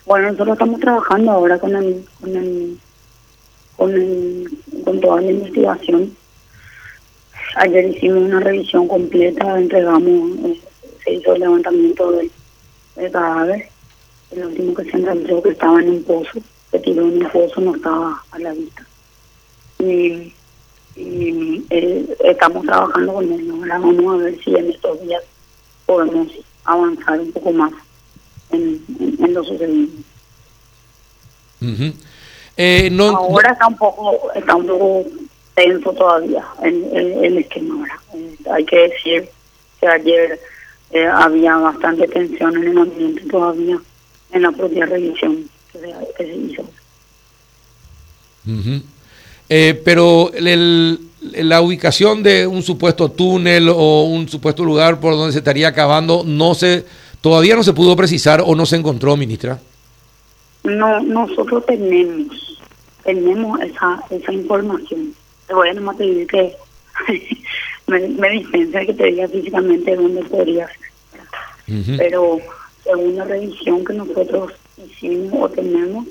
Bueno, nosotros estamos trabajando ahora con toda la investigación. Ayer hicimos una revisión completa, entregamos, se hizo el levantamiento del cadáver. El último que se encontró que estaba en un pozo, se tiró en un pozo, no estaba a la vista. Y estamos trabajando con él, ¿no? Ahora vamos a ver si en estos días podemos avanzar un poco más en lo sucedido. Uh-huh. Ahora está un poco tenso todavía el esquema ahora. Hay que decir que ayer había bastante tensión en el ambiente todavía en la propia revisión que se hizo. Uh-huh. Pero la ubicación de un supuesto túnel o un supuesto lugar por donde se estaría cavando todavía no se pudo precisar o no se encontró, ministra. No, nosotros tenemos esa información. Te voy a nomás pedir que me dispense que te diga físicamente dónde podría ser. Uh-huh. Pero según la revisión que nosotros hicimos o tenemos,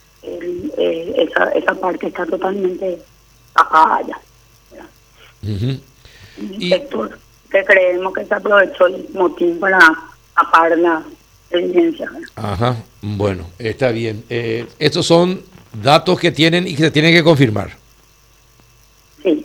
esa parte está totalmente tapada ya. Uh-huh. Sector que creemos que se aprovechó el motín para tapar la evidencia. Ajá, bueno, está bien. Estos son datos que tienen y que se tienen que confirmar. Sí.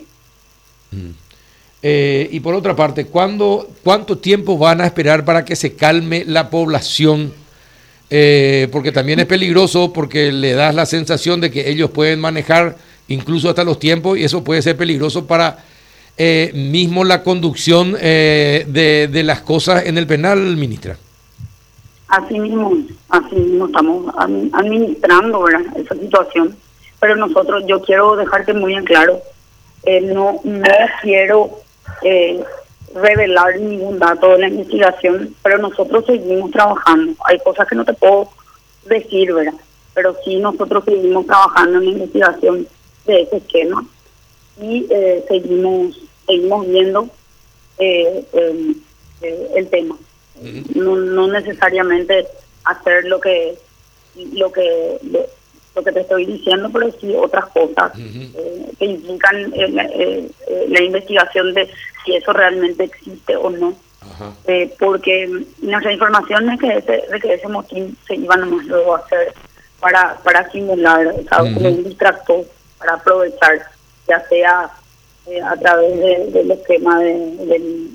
Y por otra parte, ¿cuánto tiempo van a esperar para que se calme la población? Porque también es peligroso, porque le das la sensación de que ellos pueden manejar incluso hasta los tiempos, y eso puede ser peligroso para mismo la conducción de las cosas en el penal, ministra. Así mismo estamos administrando, ¿verdad?, esa situación. Pero yo quiero dejarte muy en claro, no quiero revelar ningún dato de la investigación, pero nosotros seguimos trabajando. Hay cosas que no te puedo decir, ¿verdad? Pero sí, nosotros seguimos trabajando en la investigación de ese esquema y seguimos viendo el tema. No necesariamente hacer lo que te estoy diciendo, pero sí otras cosas que implican la investigación de si eso realmente existe o no. Porque nuestra información es que ese motín se iba nomás luego a hacer para simular, ¿sabes? Como un distractor, para aprovechar, ya sea a través del esquema de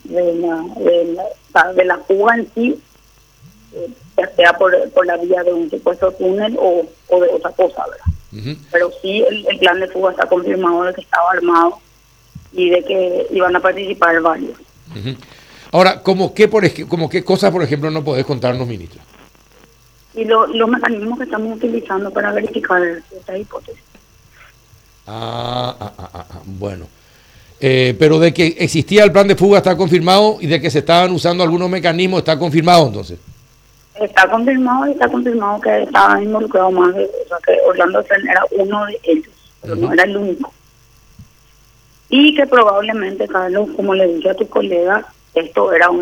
la fuga en sí, ya sea por la vía de un supuesto túnel o de otra cosa, ¿verdad? Uh-huh. Pero sí, el plan de fuga está confirmado de que estaba armado y de que iban a participar varios. Uh-huh. Ahora, ¿cómo qué cosas, por ejemplo, no podés contarnos, ministra? Y los mecanismos que estamos utilizando para verificar esta hipótesis. Bueno. Pero de que existía el plan de fuga está confirmado, y de que se estaban usando algunos mecanismos está confirmado, entonces. Está confirmado, y está confirmado que estaban involucrados más, o sea, que Orlando Fern era uno de ellos, pero no era el único. Y que probablemente, Carlos, como le dije a tu colega, esto era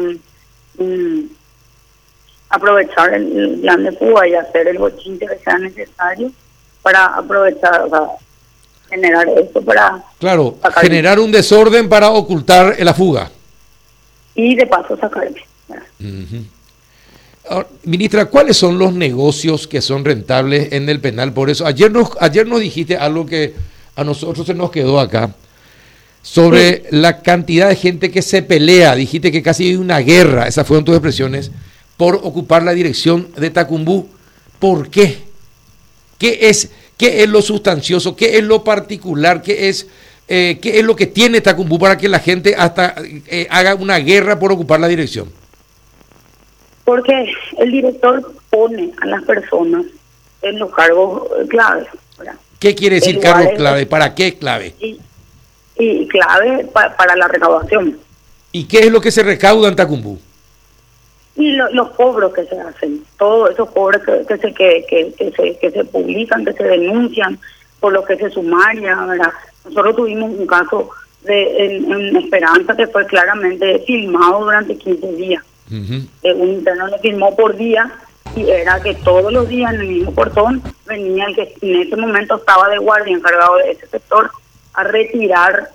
aprovechar el plan de fuga y hacer el bochinche que sea necesario para aprovechar, o sea, generar esto para... Claro, generar un desorden para ocultar la fuga. Y de paso sacarme. Uh-huh. Ahora, ministra, ¿cuáles son los negocios que son rentables en el penal? Por eso, ayer nos dijiste algo que a nosotros se nos quedó acá, sobre la cantidad de gente que se pelea. Dijiste que casi hay una guerra, esas fueron tus expresiones, por ocupar la dirección de Tacumbú. ¿Por qué? ¿Qué es lo sustancioso? ¿Qué es lo particular? ¿Qué es lo que tiene Tacumbú para que la gente hasta haga una guerra por ocupar la dirección? Porque el director pone a las personas en los cargos claves, ¿verdad? ¿Qué quiere decir cargos clave? ¿Para qué clave? Y clave para la recaudación. ¿Y qué es lo que se recauda en Tacumbú? Y los cobros que se hacen, todos esos cobros que se publican, que se denuncian, por lo que se sumaria, ¿verdad? Nosotros tuvimos un caso en Esperanza que fue claramente filmado durante 15 días. Uh-huh. Un interno le filmó por día y era que todos los días en el mismo portón venía el que en ese momento estaba de guardia encargado de ese sector a retirar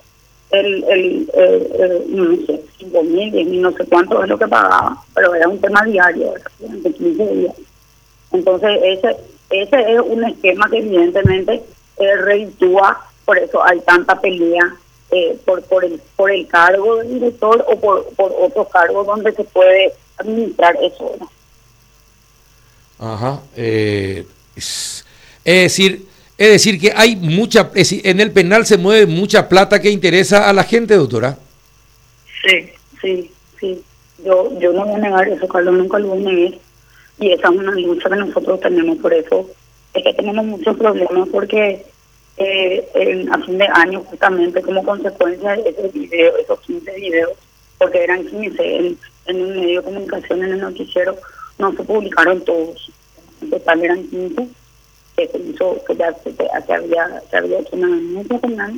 no sé, 5.000, 10.000, no sé cuánto es lo que pagaba, pero era un tema diario, durante 15 días. Entonces ese es un esquema que evidentemente reditúa, por eso hay tanta pelea por el cargo del director o por otros cargos donde se puede administrar eso, ¿no? Ajá. Es decir que hay en el penal se mueve mucha plata que interesa a la gente, doctora. Sí. Yo no voy a negar eso, Carlos, nunca lo voy a negar. Y esa es una lucha que nosotros tenemos, por eso es que tenemos muchos problemas, porque a fin de año, justamente como consecuencia de esos 15 videos, porque eran 15 en un medio de comunicación, en el noticiero, no se publicaron todos. En total eran 15. Que se hizo, que ya se había hecho una denuncia penal.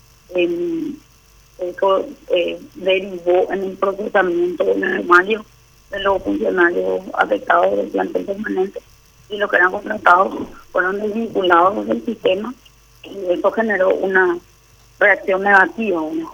Eso derivó en un procesamiento normal de los funcionarios afectados del plantel permanente, y los que eran contratados fueron desvinculados del sistema, y eso generó una reacción negativa, ¿no?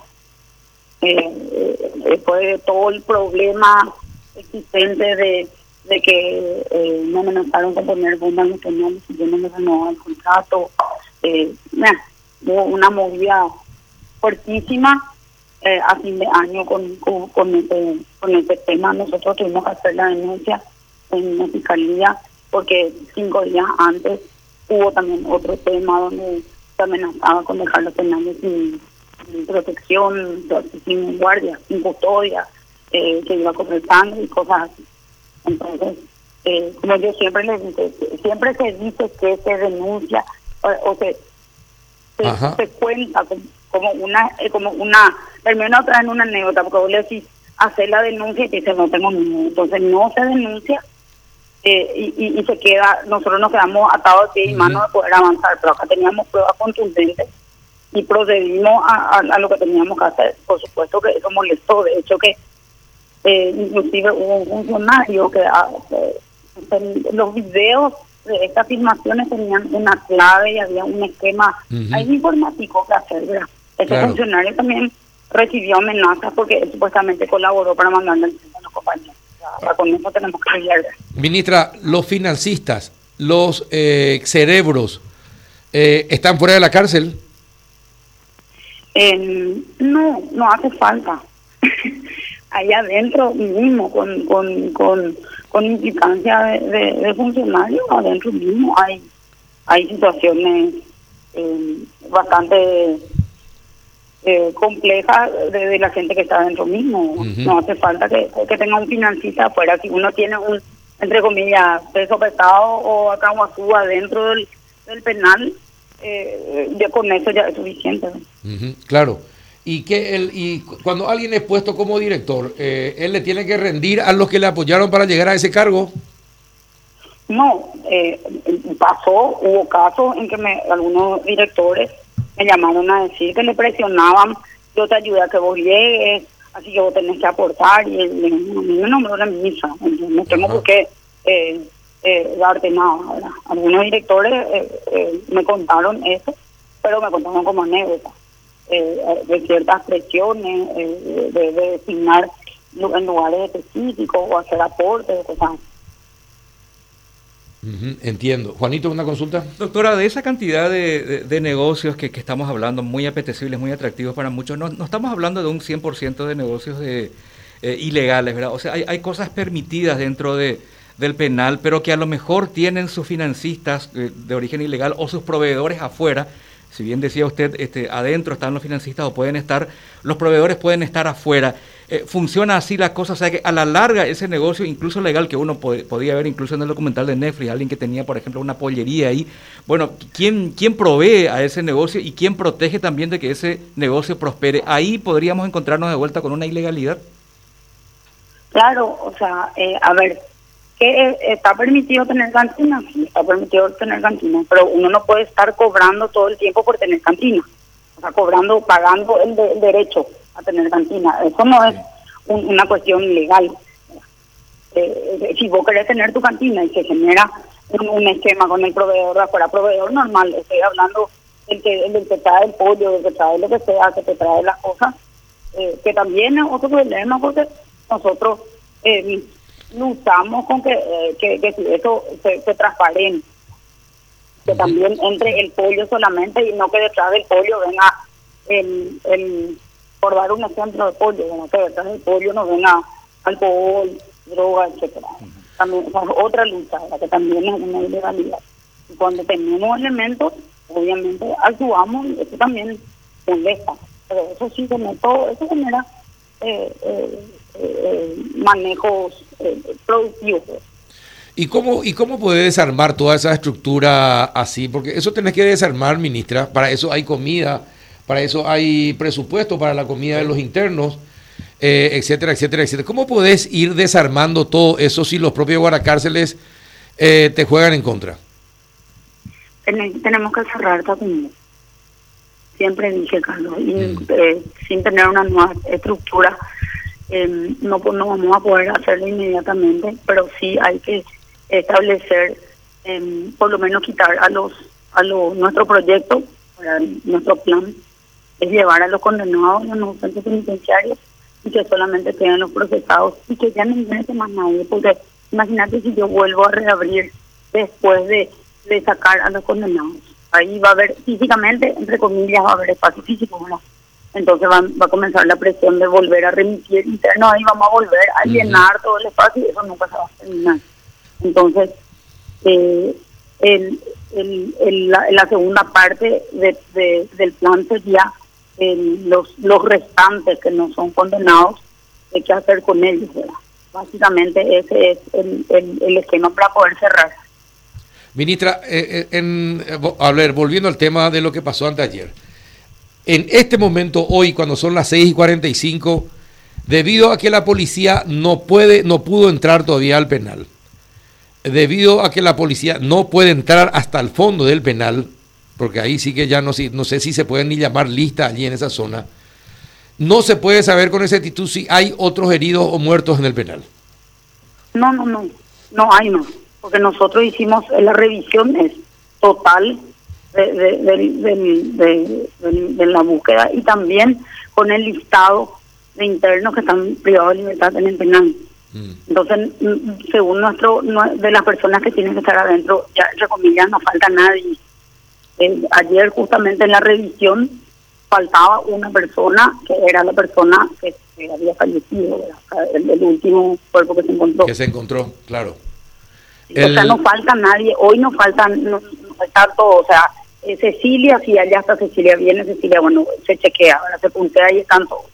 Después de todo el problema existente de que me amenazaron con poner bombas nucleares si yo no me renovaba el contrato, hubo una movida fuertísima a fin de año con ese tema. Nosotros tuvimos que hacer la denuncia en la fiscalía, porque 5 días antes hubo también otro tema donde se amenazaba con dejar los penales sin protección, sin guardia, sin custodia, que iba a correr sangre y cosas así. Entonces, como yo siempre les digo, siempre se dice que se denuncia o se cuenta como una termina otra en una anécdota, porque vos le decís hacer la denuncia y te dicen no tengo miedo. Entonces no se denuncia y se queda, nosotros nos quedamos atados de pie y mano de poder avanzar, pero acá teníamos pruebas contundentes y procedimos a lo que teníamos que hacer. Por supuesto que eso molestó, de hecho que inclusive hubo un funcionario que los videos de estas filmaciones tenían una clave y había un esquema informático que hacer, ¿verdad? Ese funcionario también recibió amenazas porque él supuestamente colaboró para mandarle el a los compañeros. Con eso tenemos que pelear. Ministra, los financistas, los cerebros, ¿están fuera de la cárcel? No hace falta. Allá adentro mismo, con implicancia de funcionarios, adentro mismo hay situaciones bastante complejas de la gente que está adentro mismo. No hace falta que tenga un financista afuera. Si uno tiene un, entre comillas, peso pesado o acaguazú adentro del penal, ya con eso ya es suficiente. Claro. Y cuando alguien es puesto como director, ¿él le tiene que rendir a los que le apoyaron para llegar a ese cargo? No, hubo casos en que algunos directores me llamaron a decir que le presionaban, yo te ayudé a que vos llegues, así que vos tenés que aportar, y él me nombró la misa, no tengo por qué darte nada, ¿verdad? Algunos directores me contaron eso, pero me contaron como anécdota. De ciertas presiones, de designar en lugares específicos o hacer aportes, cosas así. Entiendo. Juanito, ¿una consulta? Doctora, de esa cantidad de negocios que estamos hablando, muy apetecibles, muy atractivos para muchos, no estamos hablando de un 100% de negocios ilegales, ¿verdad? O sea, hay cosas permitidas dentro del penal, pero que a lo mejor tienen sus financistas de origen ilegal o sus proveedores afuera. Si bien decía usted, adentro están los financistas o los proveedores pueden estar afuera. Funciona así la cosa, o sea que a la larga ese negocio, incluso legal, que uno podía ver incluso en el documental de Netflix, alguien que tenía, por ejemplo, una pollería ahí. Bueno, ¿quién provee a ese negocio y quién protege también de que ese negocio prospere? Ahí podríamos encontrarnos de vuelta con una ilegalidad. Claro, o sea, a ver, que está permitido tener cantina, sí, está permitido tener cantina, pero uno no puede estar cobrando todo el tiempo por tener cantina, o sea, pagando el derecho a tener cantina. Eso no es una cuestión legal. si vos querés tener tu cantina y se genera un esquema con el proveedor de afuera, proveedor normal, estoy hablando del que trae el pollo, del que trae lo que sea, que te trae las cosas, que también es otro problema porque nosotros luchamos con que si eso se transparente, que también entre el pollo solamente y no que detrás del pollo venga por dar un ejemplo de pollo, ¿verdad? Que detrás del pollo no venga alcohol, droga, etcétera. También es otra lucha, ¿verdad? Que también es una ilegalidad. Y cuando tenemos elementos, obviamente actuamos y eso también molesta. Pero eso sí, todo eso genera manejos productivos. ¿Y cómo puede desarmar toda esa estructura así? Porque eso tenés que desarmar, ministra. Para eso hay comida, para eso hay presupuesto para la comida de los internos, etcétera, etcétera, etcétera. ¿Cómo podés ir desarmando todo eso si los propios guardacárceles te juegan en contra? Tenemos que cerrar esta comida. Siempre dije, Carlos, y sin tener una nueva estructura, no vamos a poder hacerlo inmediatamente, pero sí hay que establecer, por lo menos quitar nuestro proyecto, nuestro plan, es llevar a los condenados a los centros penitenciarios y que solamente queden los procesados y que ya no ingrese más nadie, porque imagínate si yo vuelvo a reabrir después de sacar a los condenados. Ahí va a haber, físicamente, entre comillas, va a haber espacio físico, ¿verdad? Entonces va a comenzar la presión de volver a remitir internos, ahí vamos a volver a llenar todo el espacio y eso nunca se va a terminar. Entonces, la segunda parte del plan sería los restantes que no son condenados, qué hacer con ellos, ¿verdad? Básicamente ese es el esquema para poder cerrar. Ministra, a ver, volviendo al tema de lo que pasó anteayer. En este momento, hoy, cuando son las 6:45, debido a que la policía no pudo entrar todavía al penal, debido a que la policía no puede entrar hasta el fondo del penal, porque ahí sí que ya no sé si se puede ni llamar lista allí en esa zona, no se puede saber con exactitud si hay otros heridos o muertos en el penal. No hay más, porque nosotros hicimos la revisión total de la búsqueda y también con el listado de internos que están privados de libertad en el penal. Entonces, según de las personas que tienen que estar adentro, ya entre comillas no falta nadie. Ayer justamente en la revisión faltaba una persona que era la persona que había fallecido, el último cuerpo que se encontró. Que se encontró, claro. O sea, no falta nadie, hoy no falta todo, o sea, Cecilia, si allá está Cecilia, viene Cecilia, bueno, se chequea, ahora se puntea y están todos.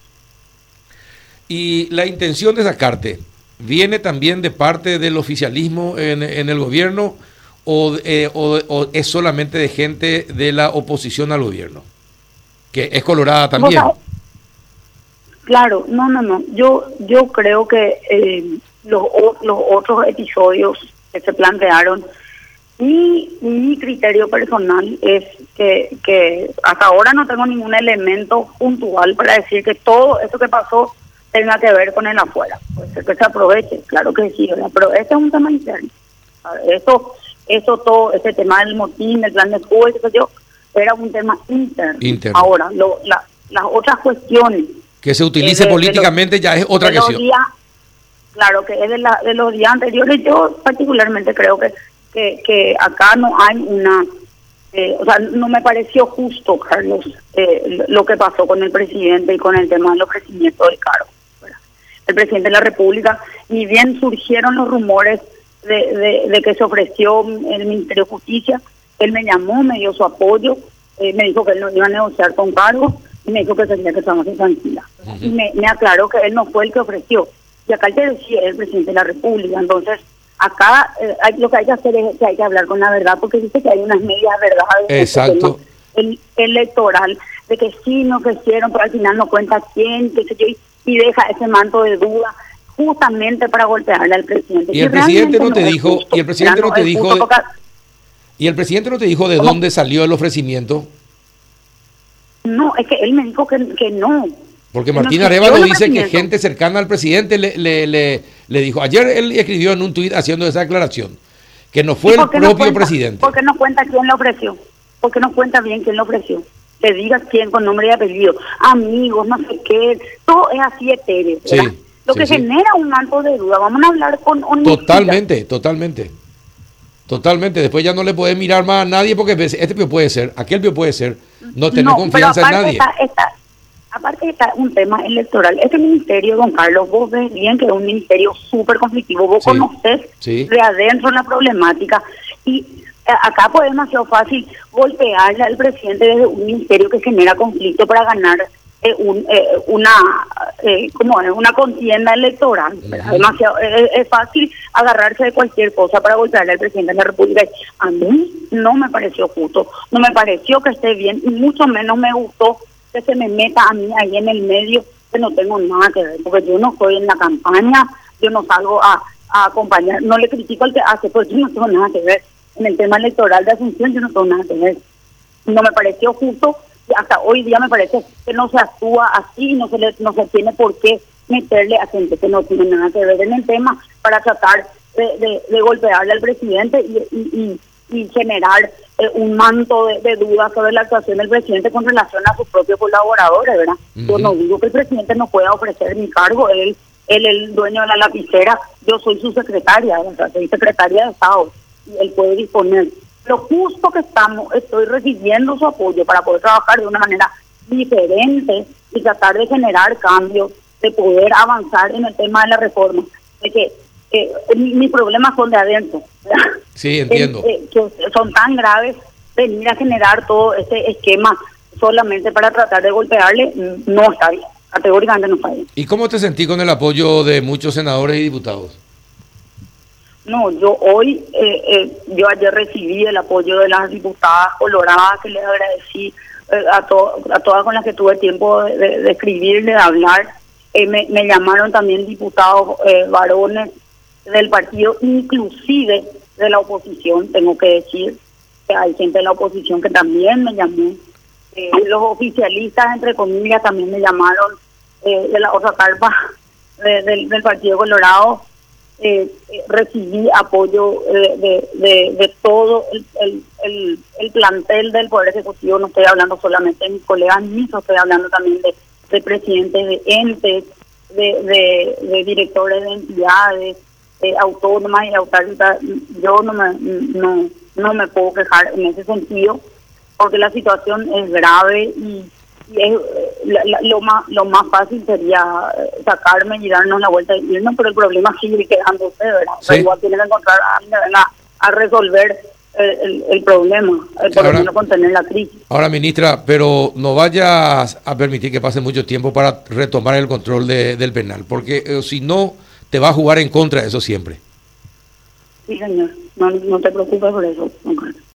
Y la intención de sacarte, ¿viene también de parte del oficialismo en el gobierno o es solamente de gente de la oposición al gobierno? Que es colorada también. Claro, no. Yo creo que los otros episodios que se plantearon, mi criterio personal es que hasta ahora no tengo ningún elemento puntual para decir que todo eso que pasó tenga que ver con el afuera. Puede ser que se aproveche, claro que sí, ¿verdad? Pero este es un tema interno. Eso todo, ese tema del motín, del plan de Cuba, era un tema interno. Ahora, las otras cuestiones que se utilice políticamente ya es otra cuestión. Claro, que es de los días anteriores. Yo particularmente creo que acá no hay o sea, no me pareció justo, Carlos, lo que pasó con el presidente y con el tema del ofrecimiento del cargo. El presidente de la República, ni bien surgieron los rumores de que se ofreció el Ministerio de Justicia, él me llamó, me dio su apoyo, me dijo que él no iba a negociar con cargos y me dijo que tenía que estar tranquila. Y me aclaró que él no fue el que ofreció. Y acá te decía el presidente de la República. Entonces, acá lo que hay que hacer es que hay que hablar con la verdad, porque dice que hay unas medias verdades. Exacto. El electoral, de que sí, no quisieron, pero al final no cuenta quién, qué sé yo, y deja ese manto de duda justamente para golpearle al presidente. Y el presidente no te dijo, y el presidente no te dijo, y el presidente no te dijo de dónde salió el ofrecimiento. No, es que él me dijo que no, Porque Martín Arévalo dice que gente cercana al presidente le dijo, ayer él escribió en un tuit haciendo esa aclaración, que no fue el propio presidente. Porque no cuenta quién lo ofreció, porque no cuenta bien quién lo ofreció. Que digas quién con nombre y apellido, amigos, no sé qué, todo es así etéreo, ¿verdad? Sí, Lo que genera un manto de duda, vamos a hablar con honestidad. Totalmente. Después ya no le podés mirar más a nadie porque este pio puede ser, aquel pio puede ser, no tenés confianza en nadie. Aparte está un tema electoral. Este ministerio, don Carlos, vos ves bien que es un ministerio súper conflictivo. Vos conocés de adentro la problemática. Y acá pues es demasiado fácil golpearle al presidente desde un ministerio que genera conflicto para ganar una contienda electoral. Demasiado, es fácil agarrarse de cualquier cosa para golpearle al presidente de la República. A mí no me pareció justo, no me pareció que esté bien y mucho menos me gustó que se me meta a mí ahí en el medio, que no tengo nada que ver, porque yo no estoy en la campaña, yo no salgo a acompañar, no le critico al que hace, porque yo no tengo nada que ver en el tema electoral de Asunción, yo no tengo nada que ver. No me pareció justo, y hasta hoy día me parece que no se actúa así, no se tiene por qué meterle a gente que no tiene nada que ver en el tema para tratar de golpearle al presidente y generar un manto de dudas sobre la actuación del presidente con relación a sus propios colaboradores, ¿verdad? Yo no digo que el presidente no pueda ofrecer mi cargo, él es el dueño de la lapicera, yo soy su secretaria, o sea, soy secretaria de Estado, y él puede disponer. Lo justo que estoy recibiendo su apoyo para poder trabajar de una manera diferente y tratar de generar cambios, de poder avanzar en el tema de la reforma, de que mis problemas son de adentro, ¿verdad? Sí, entiendo. Que son tan graves, venir a generar todo este esquema solamente para tratar de golpearle, no está bien, categóricamente no está bien. ¿Y cómo te sentí con el apoyo de muchos senadores y diputados? No, yo ayer recibí el apoyo de las diputadas coloradas, que les agradecí a todas con las que tuve tiempo de escribirle, de hablar. Me llamaron también diputados varones del partido, inclusive de la oposición, tengo que decir que hay gente de la oposición que también me llamó. Los oficialistas, entre comillas, también me llamaron de la otra carpa del Partido Colorado. Recibí apoyo de todo el plantel del Poder Ejecutivo. No estoy hablando solamente de mis colegas mismos, estoy hablando también de presidentes de entes, de directores de entidades autónomas y autarquistas. Yo no me puedo quejar en ese sentido, porque la situación es grave y es, lo más fácil sería sacarme y darnos la vuelta y irnos, pero el problema sigue quedándose, ¿verdad? Sí. Pero igual tiene que encontrar a alguien que venga a resolver el problema, por lo menos contener la crisis. Ahora, ministra, pero no vayas a permitir que pase mucho tiempo para retomar el control del penal, porque si no, te va a jugar en contra de eso siempre. Sí, señor. No te preocupes por eso, don Carlos.